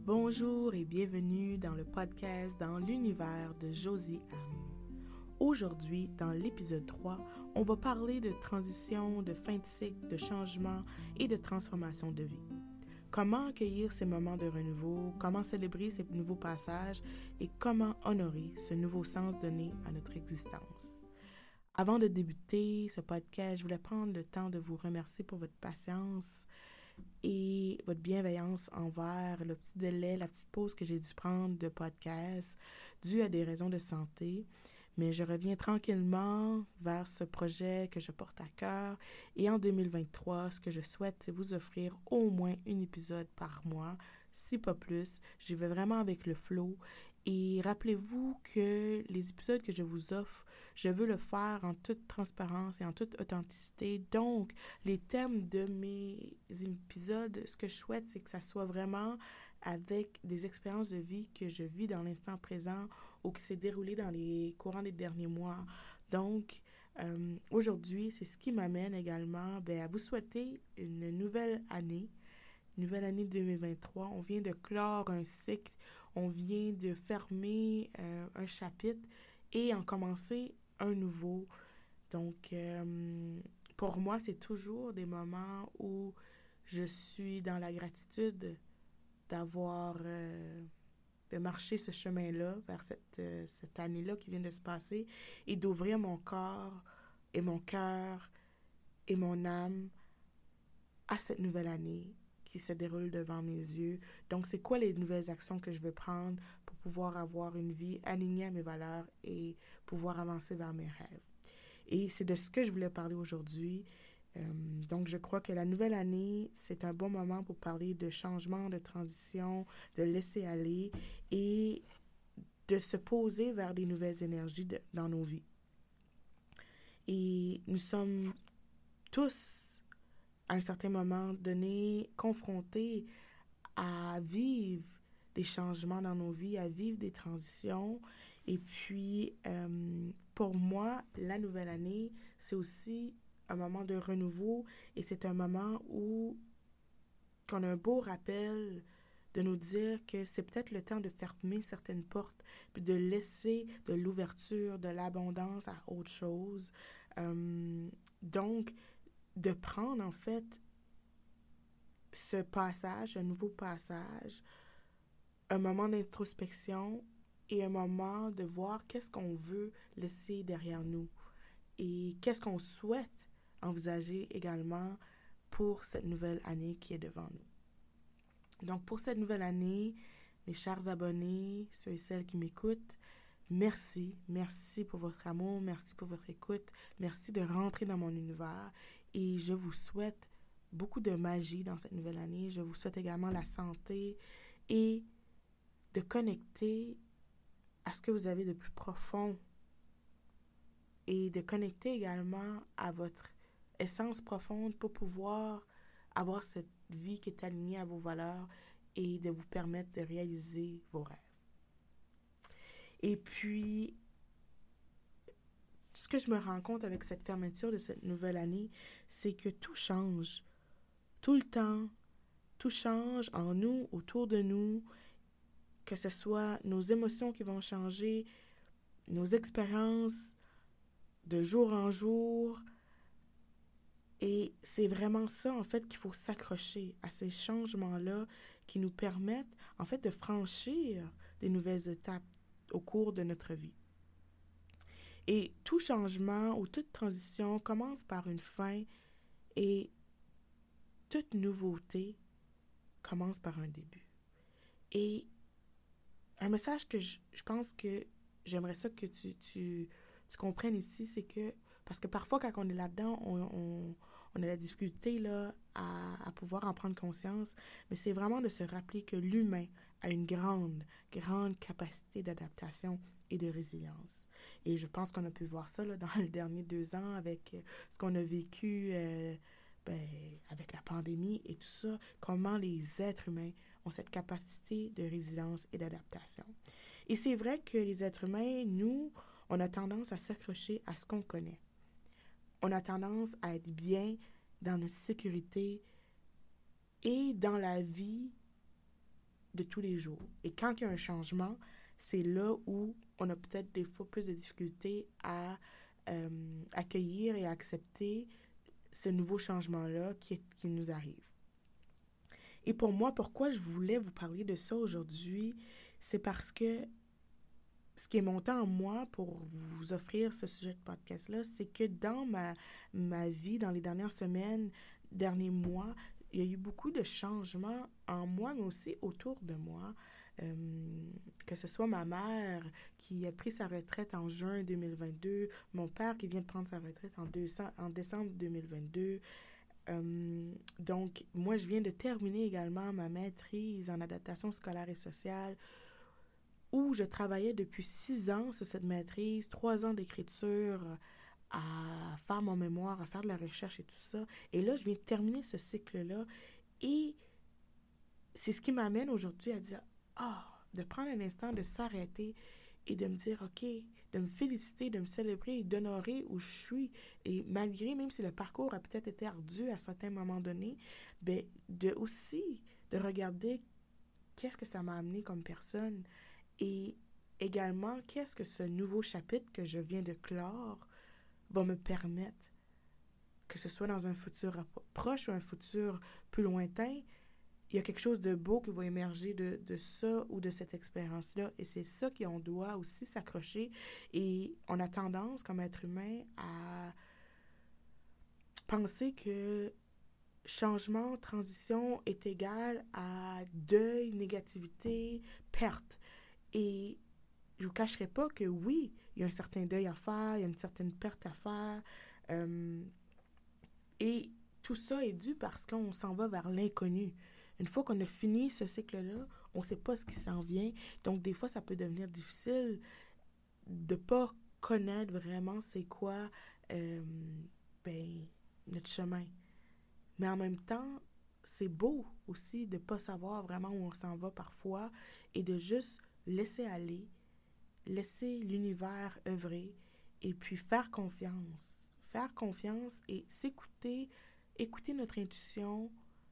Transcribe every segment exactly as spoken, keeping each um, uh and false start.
Bonjour et bienvenue dans le podcast Dans l'univers de Josie Anne. Aujourd'hui, dans l'épisode trois, on va parler de transition, de fin de cycle, de changement et de transformation de vie. Comment accueillir ces moments de renouveau, comment célébrer ces nouveaux passages et comment honorer ce nouveau sens donné à notre existence. Avant de débuter ce podcast, je voulais prendre le temps de vous remercier pour votre patience et votre bienveillance envers le petit délai, la petite pause que j'ai dû prendre de podcast dû à des raisons de santé. Mais je reviens tranquillement vers ce projet que je porte à cœur. Et en deux mille vingt-trois, ce que je souhaite, c'est vous offrir au moins un épisode par mois, si pas plus. J'y vais vraiment avec le flow. Et rappelez-vous que les épisodes que je vous offre, je veux le faire en toute transparence et en toute authenticité. Donc, les thèmes de mes épisodes, ce que je souhaite, c'est que ça soit vraiment avec des expériences de vie que je vis dans l'instant présent ou qui s'est déroulé dans les courants des derniers mois. Donc, euh, aujourd'hui, c'est ce qui m'amène également ben, à vous souhaiter une nouvelle année, nouvelle année deux mille vingt-trois. On vient de clore un cycle, on vient de fermer euh, un chapitre et en commencer un nouveau. Donc, euh, pour moi, c'est toujours des moments où je suis dans la gratitude d'avoir euh, de marcher ce chemin-là vers cette, euh, cette année-là qui vient de se passer et d'ouvrir mon corps et mon cœur et mon âme à cette nouvelle année qui se déroule devant mes yeux. Donc, c'est quoi les nouvelles actions que je veux prendre pour pouvoir avoir une vie alignée à mes valeurs et pouvoir avancer vers mes rêves. Et c'est de ce que je voulais parler aujourd'hui. Euh, donc, je crois que la nouvelle année, c'est un bon moment pour parler de changement, de transition, de laisser aller et de se poser vers des nouvelles énergies de, dans nos vies. Et nous sommes tous, à un certain moment donné, confrontés à vivre des changements dans nos vies, à vivre des transitions. Et puis, euh, pour moi, la nouvelle année, c'est aussi un moment de renouveau et c'est un moment où qu'on a un beau rappel de nous dire que c'est peut-être le temps de fermer certaines portes puis de laisser de l'ouverture, de l'abondance à autre chose. Euh, donc, de prendre en fait ce passage, un nouveau passage, un moment d'introspection et un moment de voir qu'est-ce qu'on veut laisser derrière nous et qu'est-ce qu'on souhaite envisager également pour cette nouvelle année qui est devant nous. Donc, pour cette nouvelle année, mes chers abonnés, ceux et celles qui m'écoutent, merci. Merci pour votre amour, merci pour votre écoute, merci de rentrer dans mon univers et je vous souhaite beaucoup de magie dans cette nouvelle année. Je vous souhaite également la santé et de connecter à ce que vous avez de plus profond et de connecter également à votre essence profonde pour pouvoir avoir cette vie qui est alignée à vos valeurs et de vous permettre de réaliser vos rêves. Et puis, ce que je me rends compte avec cette fermeture de cette nouvelle année, c'est que tout change. Tout le temps, tout change en nous, autour de nous, que ce soit nos émotions qui vont changer, nos expériences de jour en jour. Et c'est vraiment ça, en fait, qu'il faut s'accrocher à ces changements-là qui nous permettent, en fait, de franchir des nouvelles étapes au cours de notre vie. Et tout changement ou toute transition commence par une fin et toute nouveauté commence par un début. Et un message que je, je pense que j'aimerais ça que tu, tu, tu comprennes ici, c'est que, parce que parfois quand on est là-dedans, on, on, on a la difficulté là, à, à pouvoir en prendre conscience, mais c'est vraiment de se rappeler que l'humain a une grande, grande capacité d'adaptation et de résilience. Et je pense qu'on a pu voir ça là, dans les derniers deux ans avec ce qu'on a vécu euh, ben, avec la pandémie et tout ça, comment les êtres humains ont cette capacité de résilience et d'adaptation. Et c'est vrai que les êtres humains, nous, on a tendance à s'accrocher à ce qu'on connaît. On a tendance à être bien dans notre sécurité et dans la vie de tous les jours. Et quand il y a un changement, c'est là où on a peut-être des fois plus de difficultés à euh, accueillir et à accepter ce nouveau changement-là qui, est, qui nous arrive. Et pour moi, pourquoi je voulais vous parler de ça aujourd'hui, c'est parce que ce qui est monté en moi pour vous offrir ce sujet de podcast-là, c'est que dans ma, ma vie, dans les dernières semaines, derniers mois, il y a eu beaucoup de changements en moi, mais aussi autour de moi. Euh, que ce soit ma mère qui a pris sa retraite en juin deux mille vingt-deux, mon père qui vient de prendre sa retraite en, deux cents, en décembre deux mille vingt-deux. Euh, donc, moi, je viens de terminer également ma maîtrise en adaptation scolaire et sociale, où je travaillais depuis six ans sur cette maîtrise, trois ans d'écriture, à faire mon mémoire, à faire de la recherche et tout ça. Et là, je viens de terminer ce cycle-là. Et c'est ce qui m'amène aujourd'hui à dire, ah, de prendre un instant, de s'arrêter et de me dire, OK, de me féliciter, de me célébrer et d'honorer où je suis. Et malgré, même si le parcours a peut-être été ardu à certains moments donnés, bien, de aussi de regarder qu'est-ce que ça m'a amené comme personne. Et également, qu'est-ce que ce nouveau chapitre que je viens de clore va me permettre, que ce soit dans un futur proche ou un futur plus lointain, il y a quelque chose de beau qui va émerger de, de ça ou de cette expérience-là. Et c'est ça qu'on doit aussi s'accrocher. Et on a tendance, comme être humain, à penser que changement, transition est égal à deuil, négativité, perte. Et je ne vous cacherai pas que oui, il y a un certain deuil à faire, il y a une certaine perte à faire. Euh, et tout ça est dû parce qu'on s'en va vers l'inconnu. Une fois qu'on a fini ce cycle-là, on ne sait pas ce qui s'en vient. Donc, des fois, ça peut devenir difficile de ne pas connaître vraiment c'est quoi euh, ben, notre chemin. Mais en même temps, c'est beau aussi de ne pas savoir vraiment où on s'en va parfois et de juste laisser aller, laisser l'univers œuvrer et puis faire confiance. Faire confiance et s'écouter, écouter notre intuition,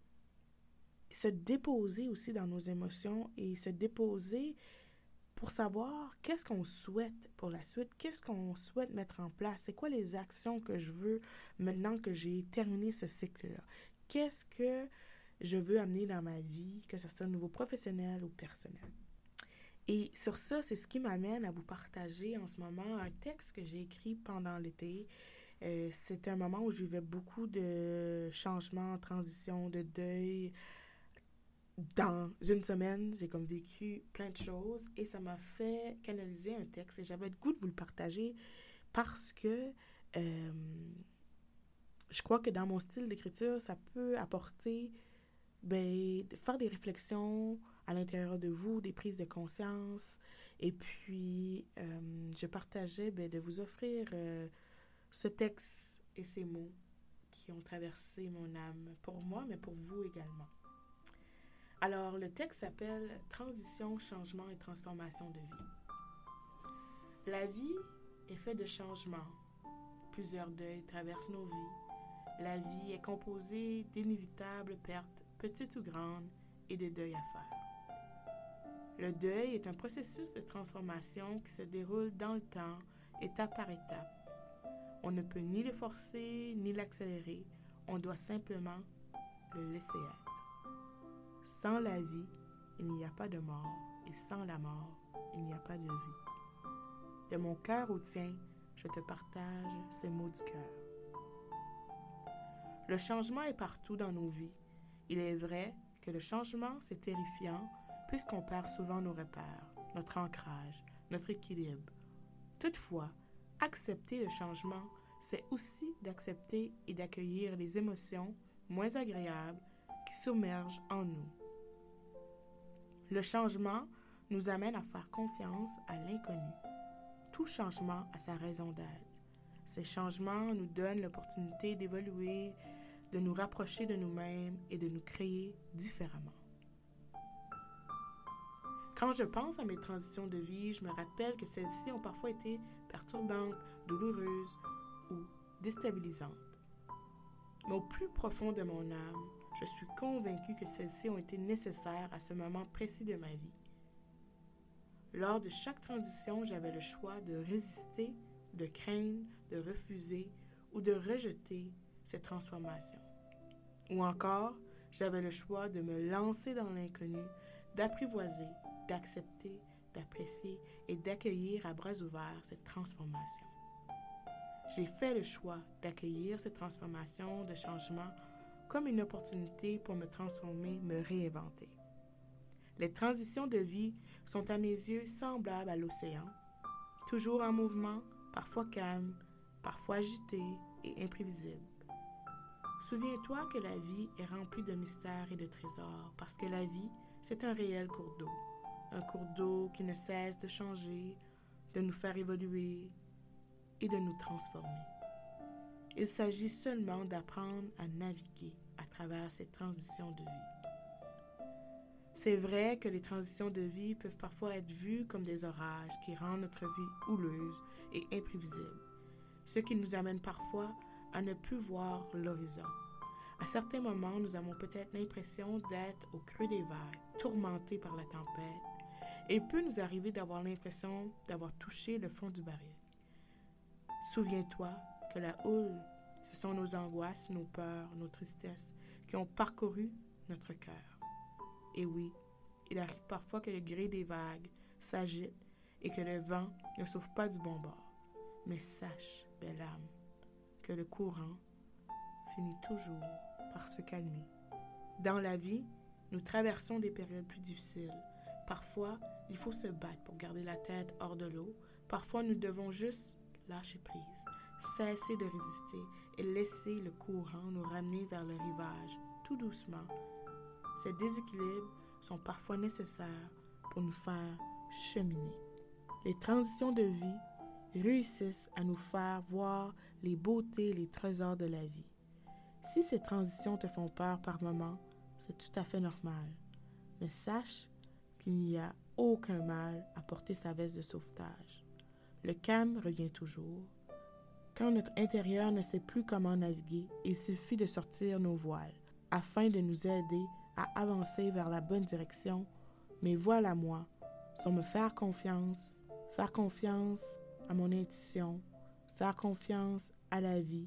se déposer aussi dans nos émotions et se déposer pour savoir qu'est-ce qu'on souhaite pour la suite, qu'est-ce qu'on souhaite mettre en place, c'est quoi les actions que je veux maintenant que j'ai terminé ce cycle-là. Qu'est-ce que je veux amener dans ma vie, que ce soit au niveau professionnel ou personnel. Et sur ça, c'est ce qui m'amène à vous partager en ce moment un texte que j'ai écrit pendant l'été. Euh, c'était un moment où je vivais beaucoup de changements, transitions, de deuil. Dans une semaine, j'ai comme vécu plein de choses et ça m'a fait canaliser un texte et j'avais le goût de vous le partager parce que euh, je crois que dans mon style d'écriture, ça peut apporter, ben, faire des réflexions à l'intérieur de vous, des prises de conscience. Et puis, euh, je partageais ben, de vous offrir euh, ce texte et ces mots qui ont traversé mon âme pour moi, mais pour vous également. Alors, le texte s'appelle « Transition, changement et transformation de vie ». La vie est faite de changements. Plusieurs deuils traversent nos vies. La vie est composée d'inévitables pertes, petites ou grandes, et de deuils à faire. Le deuil est un processus de transformation qui se déroule dans le temps, étape par étape. On ne peut ni le forcer, ni l'accélérer. On doit simplement le laisser être. Sans la vie, il n'y a pas de mort, et sans la mort, il n'y a pas de vie. De mon cœur au tien, je te partage ces mots du cœur. Le changement est partout dans nos vies. Il est vrai que le changement, c'est terrifiant, puisqu'on perd souvent nos repères, notre ancrage, notre équilibre. Toutefois, accepter le changement, c'est aussi d'accepter et d'accueillir les émotions moins agréables qui submergent en nous. Le changement nous amène à faire confiance à l'inconnu. Tout changement a sa raison d'être. Ces changements nous donnent l'opportunité d'évoluer, de nous rapprocher de nous-mêmes et de nous créer différemment. Quand je pense à mes transitions de vie, je me rappelle que celles-ci ont parfois été perturbantes, douloureuses ou déstabilisantes. Mais au plus profond de mon âme, je suis convaincue que celles-ci ont été nécessaires à ce moment précis de ma vie. Lors de chaque transition, j'avais le choix de résister, de craindre, de refuser ou de rejeter cette transformation. Ou encore, j'avais le choix de me lancer dans l'inconnu, d'apprivoiser, d'accepter, d'apprécier et d'accueillir à bras ouverts cette transformation. J'ai fait le choix d'accueillir cette transformation de changement comme une opportunité pour me transformer, me réinventer. Les transitions de vie sont à mes yeux semblables à l'océan, toujours en mouvement, parfois calme, parfois agité et imprévisible. Souviens-toi que la vie est remplie de mystères et de trésors parce que la vie, c'est un réel cours d'eau. Un cours d'eau qui ne cesse de changer, de nous faire évoluer et de nous transformer. Il s'agit seulement d'apprendre à naviguer à travers ces transitions de vie. C'est vrai que les transitions de vie peuvent parfois être vues comme des orages qui rendent notre vie houleuse et imprévisible, ce qui nous amène parfois à ne plus voir l'horizon. À certains moments, nous avons peut-être l'impression d'être au creux des vagues, tourmentés par la tempête, et il peut nous arriver d'avoir l'impression d'avoir touché le fond du baril. Souviens-toi que la houle, ce sont nos angoisses, nos peurs, nos tristesses qui ont parcouru notre cœur. Et oui, il arrive parfois que le gré des vagues s'agite et que le vent ne souffle pas du bon bord. Mais sache, belle âme, que le courant finit toujours par se calmer. Dans la vie, nous traversons des périodes plus difficiles. Parfois, il faut se battre pour garder la tête hors de l'eau. Parfois, nous devons juste lâcher prise, cesser de résister et laisser le courant nous ramener vers le rivage, tout doucement. Ces déséquilibres sont parfois nécessaires pour nous faire cheminer. Les transitions de vie réussissent à nous faire voir les beautés et les trésors de la vie. Si ces transitions te font peur par moments, c'est tout à fait normal. Mais sache qu'il n'y a aucun mal à porter sa veste de sauvetage. Le calme revient toujours. Quand notre intérieur ne sait plus comment naviguer, il suffit de sortir nos voiles afin de nous aider à avancer vers la bonne direction. Mais voilà moi, sans me faire confiance, faire confiance à mon intuition, faire confiance à la vie,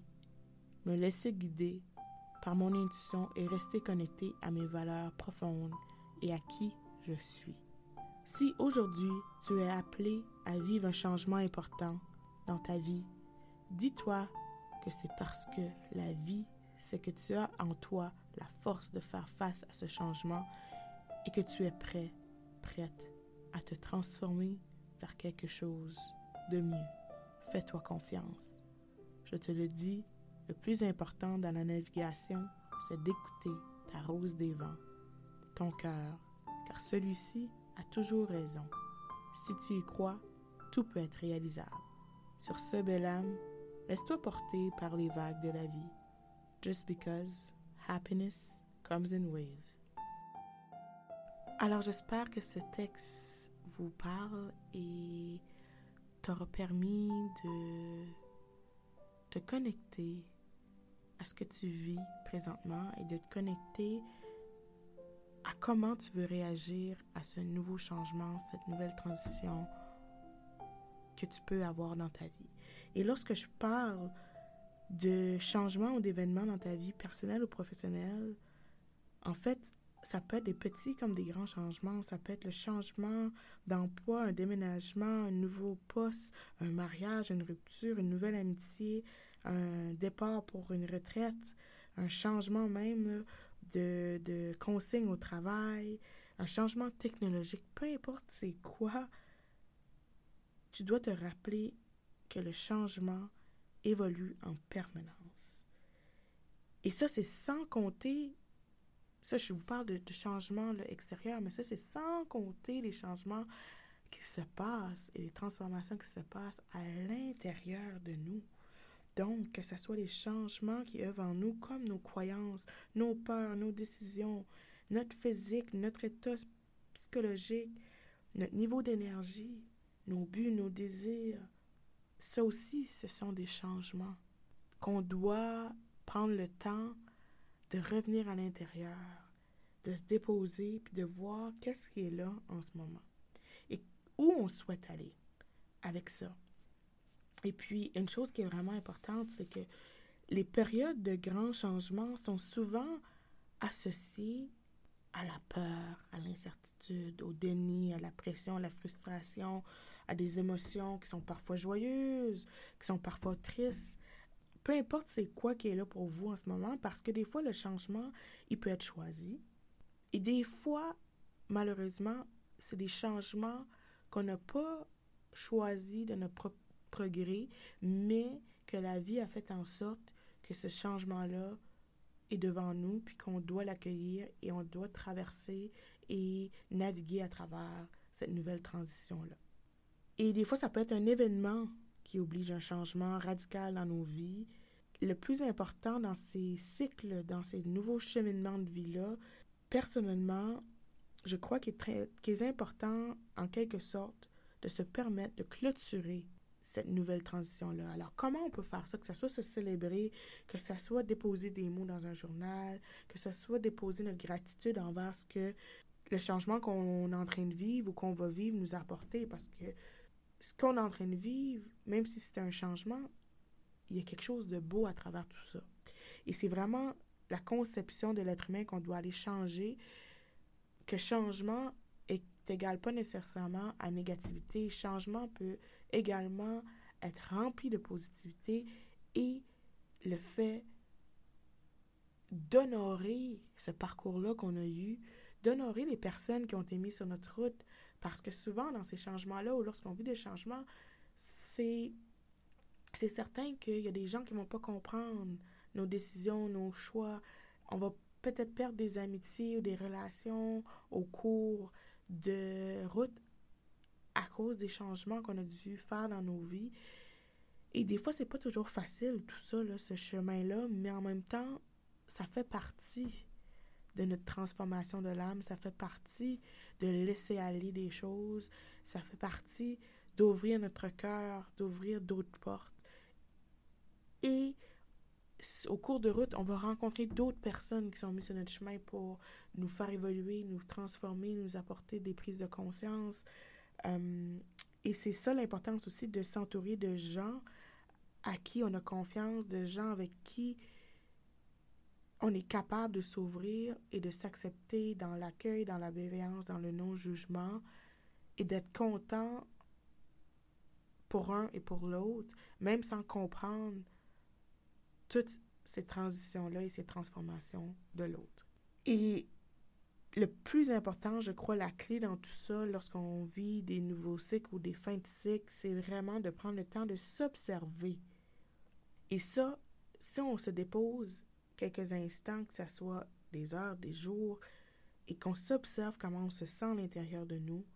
me laisser guider par mon intuition et rester connecté à mes valeurs profondes et à qui je suis. Si aujourd'hui tu es appelé à vivre un changement important dans ta vie, dis-toi que c'est parce que la vie, c'est que tu as en toi la force de faire face à ce changement et que tu es prêt, prête à te transformer vers quelque chose de mieux. Fais-toi confiance. Je te le dis, le plus important dans la navigation, c'est d'écouter ta rose des vents, ton cœur, car celui-ci a toujours raison. Si tu y crois, tout peut être réalisable. Sur ce, belle âme, laisse-toi porter par les vagues de la vie. Just because happiness comes in waves. Alors, j'espère que ce texte vous parle et t'aura permis de te connecter à ce que tu vis présentement et de te connecter à comment tu veux réagir à ce nouveau changement, cette nouvelle transition que tu peux avoir dans ta vie. Et lorsque je parle de changement ou d'événements dans ta vie personnelle ou professionnelle, en fait, ça peut être des petits comme des grands changements. Ça peut être le changement d'emploi, un déménagement, un nouveau poste, un mariage, une rupture, une nouvelle amitié, un départ pour une retraite, un changement même de, de consigne au travail, un changement technologique. Peu importe c'est quoi, tu dois te rappeler que le changement évolue en permanence. Et ça, c'est sans compter... Ça, je vous parle de, de changements là, extérieurs, mais ça, c'est sans compter les changements qui se passent et les transformations qui se passent à l'intérieur de nous. Donc, que ce soit les changements qui œuvrent en nous, comme nos croyances, nos peurs, nos décisions, notre physique, notre état psychologique, notre niveau d'énergie, nos buts, nos désirs. Ça aussi, ce sont des changements qu'on doit prendre le temps de revenir à l'intérieur, de se déposer, puis de voir qu'est-ce qui est là en ce moment et où on souhaite aller avec ça. Et puis, une chose qui est vraiment importante, c'est que les périodes de grands changements sont souvent associées à la peur, à l'incertitude, au déni, à la pression, à la frustration, à des émotions qui sont parfois joyeuses, qui sont parfois tristes. Peu importe c'est quoi qui est là pour vous en ce moment, parce que des fois, le changement, il peut être choisi. Et des fois, malheureusement, c'est des changements qu'on n'a pas choisis de notre propre gré, mais que la vie a fait en sorte que ce changement-là est devant nous, puis qu'on doit l'accueillir et on doit traverser et naviguer à travers cette nouvelle transition-là. Et des fois, ça peut être un événement qui oblige un changement radical dans nos vies. Le plus important dans ces cycles, dans ces nouveaux cheminements de vie-là, personnellement, je crois qu'il est, très, qu'il est important, en quelque sorte, de se permettre de clôturer cette nouvelle transition-là. Alors, comment on peut faire ça? Que ce soit se célébrer, que ce soit déposer des mots dans un journal, que ce soit déposer notre gratitude envers ce que le changement qu'on est en train de vivre ou qu'on va vivre nous a apporté. Parce que ce qu'on est en train de vivre, même si c'est un changement, il y a quelque chose de beau à travers tout ça. Et c'est vraiment la conception de l'être humain qu'on doit aller changer, que changement est égal pas nécessairement à négativité. Changement peut également être rempli de positivité et le fait d'honorer ce parcours-là qu'on a eu, d'honorer les personnes qui ont été mises sur notre route. Parce que souvent, dans ces changements-là, ou lorsqu'on vit des changements, c'est, c'est certain qu'il y a des gens qui ne vont pas comprendre nos décisions, nos choix. On va peut-être perdre des amitiés ou des relations au cours de route à cause des changements qu'on a dû faire dans nos vies. Et des fois, c'est pas toujours facile, tout ça, là, ce chemin-là, mais en même temps, ça fait partie de notre transformation de l'âme, ça fait partie de laisser aller des choses, ça fait partie d'ouvrir notre cœur, d'ouvrir d'autres portes. Et au cours de route, on va rencontrer d'autres personnes qui sont mises sur notre chemin pour nous faire évoluer, nous transformer, nous apporter des prises de conscience. Euh, et c'est ça l'importance aussi de s'entourer de gens à qui on a confiance, de gens avec qui on est capable de s'ouvrir et de s'accepter dans l'accueil, dans la bienveillance, dans le non-jugement et d'être content pour un et pour l'autre, même sans comprendre toutes ces transitions-là et ces transformations de l'autre. Et le plus important, je crois, la clé dans tout ça, lorsqu'on vit des nouveaux cycles ou des fins de cycle, c'est vraiment de prendre le temps de s'observer. Et ça, si on se dépose quelques instants, que ce soit des heures, des jours, et qu'on s'observe comment on se sent à l'intérieur de nous,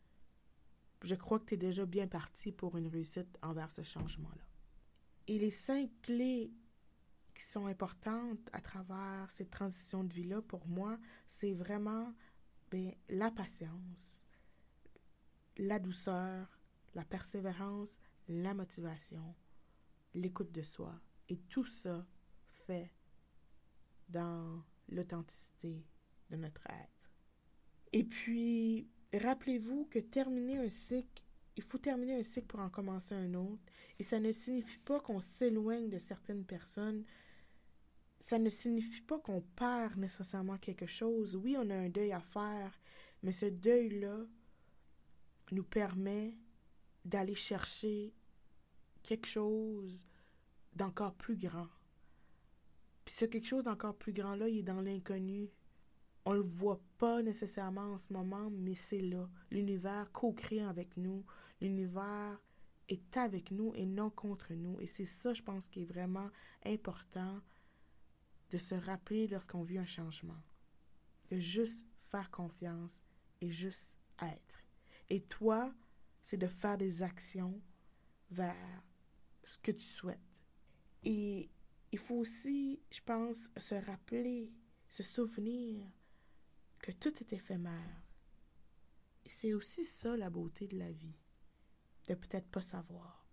je crois que tu es déjà bien parti pour une réussite envers ce changement-là. Et les cinq clés qui sont importantes à travers cette transition de vie-là, pour moi, c'est vraiment bien, la patience, la douceur, la persévérance, la motivation, l'écoute de soi. Et tout ça fait dans l'authenticité de notre être. Et puis, rappelez-vous que terminer un cycle, il faut terminer un cycle pour en commencer un autre. Et ça ne signifie pas qu'on s'éloigne de certaines personnes. Ça ne signifie pas qu'on perd nécessairement quelque chose. Oui, on a un deuil à faire, mais ce deuil-là nous permet d'aller chercher quelque chose d'encore plus grand. Puis ce quelque chose d'encore plus grand-là, il est dans l'inconnu. On ne le voit pas nécessairement en ce moment, mais c'est là. L'univers co-crée avec nous. L'univers est avec nous et non contre nous. Et c'est ça, je pense, qui est vraiment important de se rappeler lorsqu'on vit un changement. De juste faire confiance et juste être. Et toi, c'est de faire des actions vers ce que tu souhaites. Et il faut aussi, je pense, se rappeler, se souvenir que tout est éphémère. Et c'est aussi ça la beauté de la vie, de peut-être pas savoir.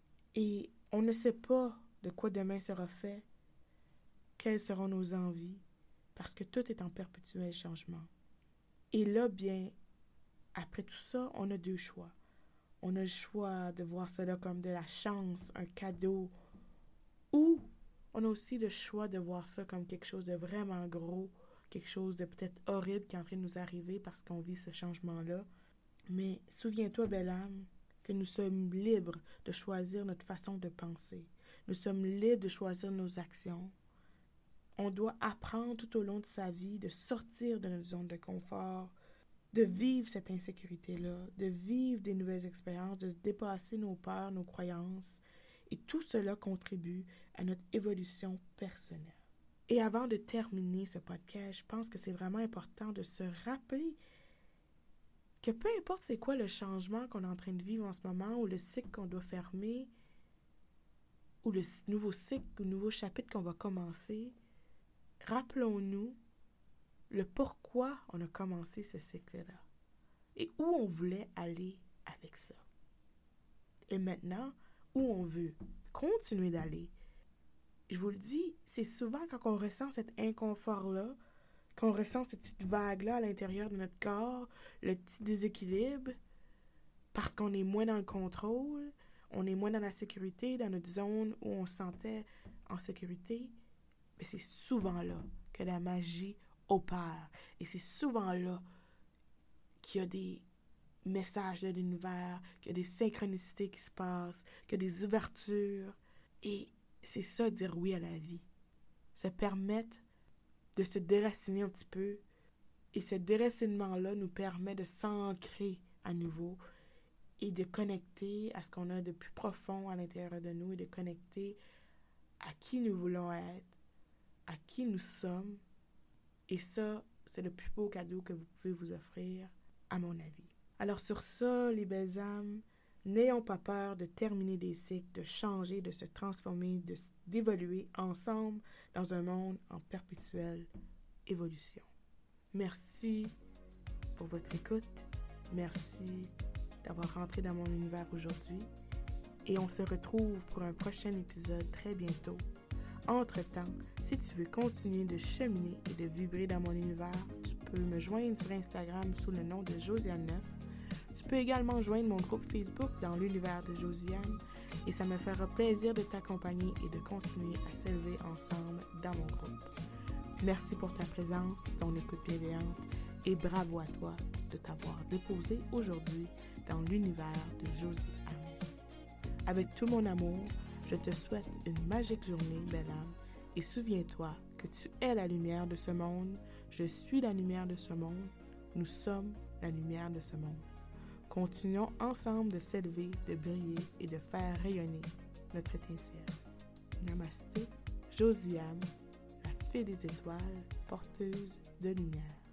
Et on ne sait pas de quoi demain sera fait, quelles seront nos envies, parce que tout est en perpétuel changement. Et là, bien, après tout ça, on a deux choix. On a le choix de voir cela comme de la chance, un cadeau, ou on a aussi le choix de voir ça comme quelque chose de vraiment gros, quelque chose de peut-être horrible qui est en train de nous arriver parce qu'on vit ce changement-là. Mais souviens-toi, belle âme, que nous sommes libres de choisir notre façon de penser. Nous sommes libres de choisir nos actions. On doit apprendre tout au long de sa vie de sortir de notre zone de confort, de vivre cette insécurité-là, de vivre des nouvelles expériences, de dépasser nos peurs, nos croyances. Et tout cela contribue à notre évolution personnelle. Et avant de terminer ce podcast, je pense que c'est vraiment important de se rappeler que peu importe c'est quoi le changement qu'on est en train de vivre en ce moment, ou le cycle qu'on doit fermer, ou le nouveau cycle, ou le nouveau chapitre qu'on va commencer, rappelons-nous le pourquoi on a commencé ce cycle-là et où on voulait aller avec ça. Et maintenant, où on veut continuer d'aller. Je vous le dis, c'est souvent quand on ressent cet inconfort-là, qu'on ressent cette petite vague-là à l'intérieur de notre corps, le petit déséquilibre, parce qu'on est moins dans le contrôle, on est moins dans la sécurité, dans notre zone où on se sentait en sécurité, mais c'est souvent là que la magie opère. Et c'est souvent là qu'il y a des messages de l'univers, qu'il y a des synchronicités qui se passent, qu'il y a des ouvertures. Et c'est ça, dire oui à la vie. Se permettre de se déraciner un petit peu. Et ce déracinement-là nous permet de s'ancrer à nouveau et de connecter à ce qu'on a de plus profond à l'intérieur de nous et de connecter à qui nous voulons être, à qui nous sommes. Et ça, c'est le plus beau cadeau que vous pouvez vous offrir, à mon avis. Alors sur ça, les belles âmes, n'ayons pas peur de terminer des cycles, de changer, de se transformer, de, d'évoluer ensemble dans un monde en perpétuelle évolution. Merci pour votre écoute. Merci d'avoir rentré dans mon univers aujourd'hui. Et on se retrouve pour un prochain épisode très bientôt. Entre-temps, si tu veux continuer de cheminer et de vibrer dans mon univers, tu peux me joindre sur Instagram sous le nom de Josiane neuf. Tu peux également joindre mon groupe Facebook dans l'univers de Josiane et ça me fera plaisir de t'accompagner et de continuer à s'élever ensemble dans mon groupe. Merci pour ta présence, ton écoute bienveillante et bravo à toi de t'avoir déposé aujourd'hui dans l'univers de Josiane. Avec tout mon amour, je te souhaite une magique journée, belle âme, et souviens-toi que tu es la lumière de ce monde, je suis la lumière de ce monde, nous sommes la lumière de ce monde. Continuons ensemble de s'élever, de briller et de faire rayonner notre étincelle. Namasté, Josiane, la fée des étoiles, porteuse de lumière.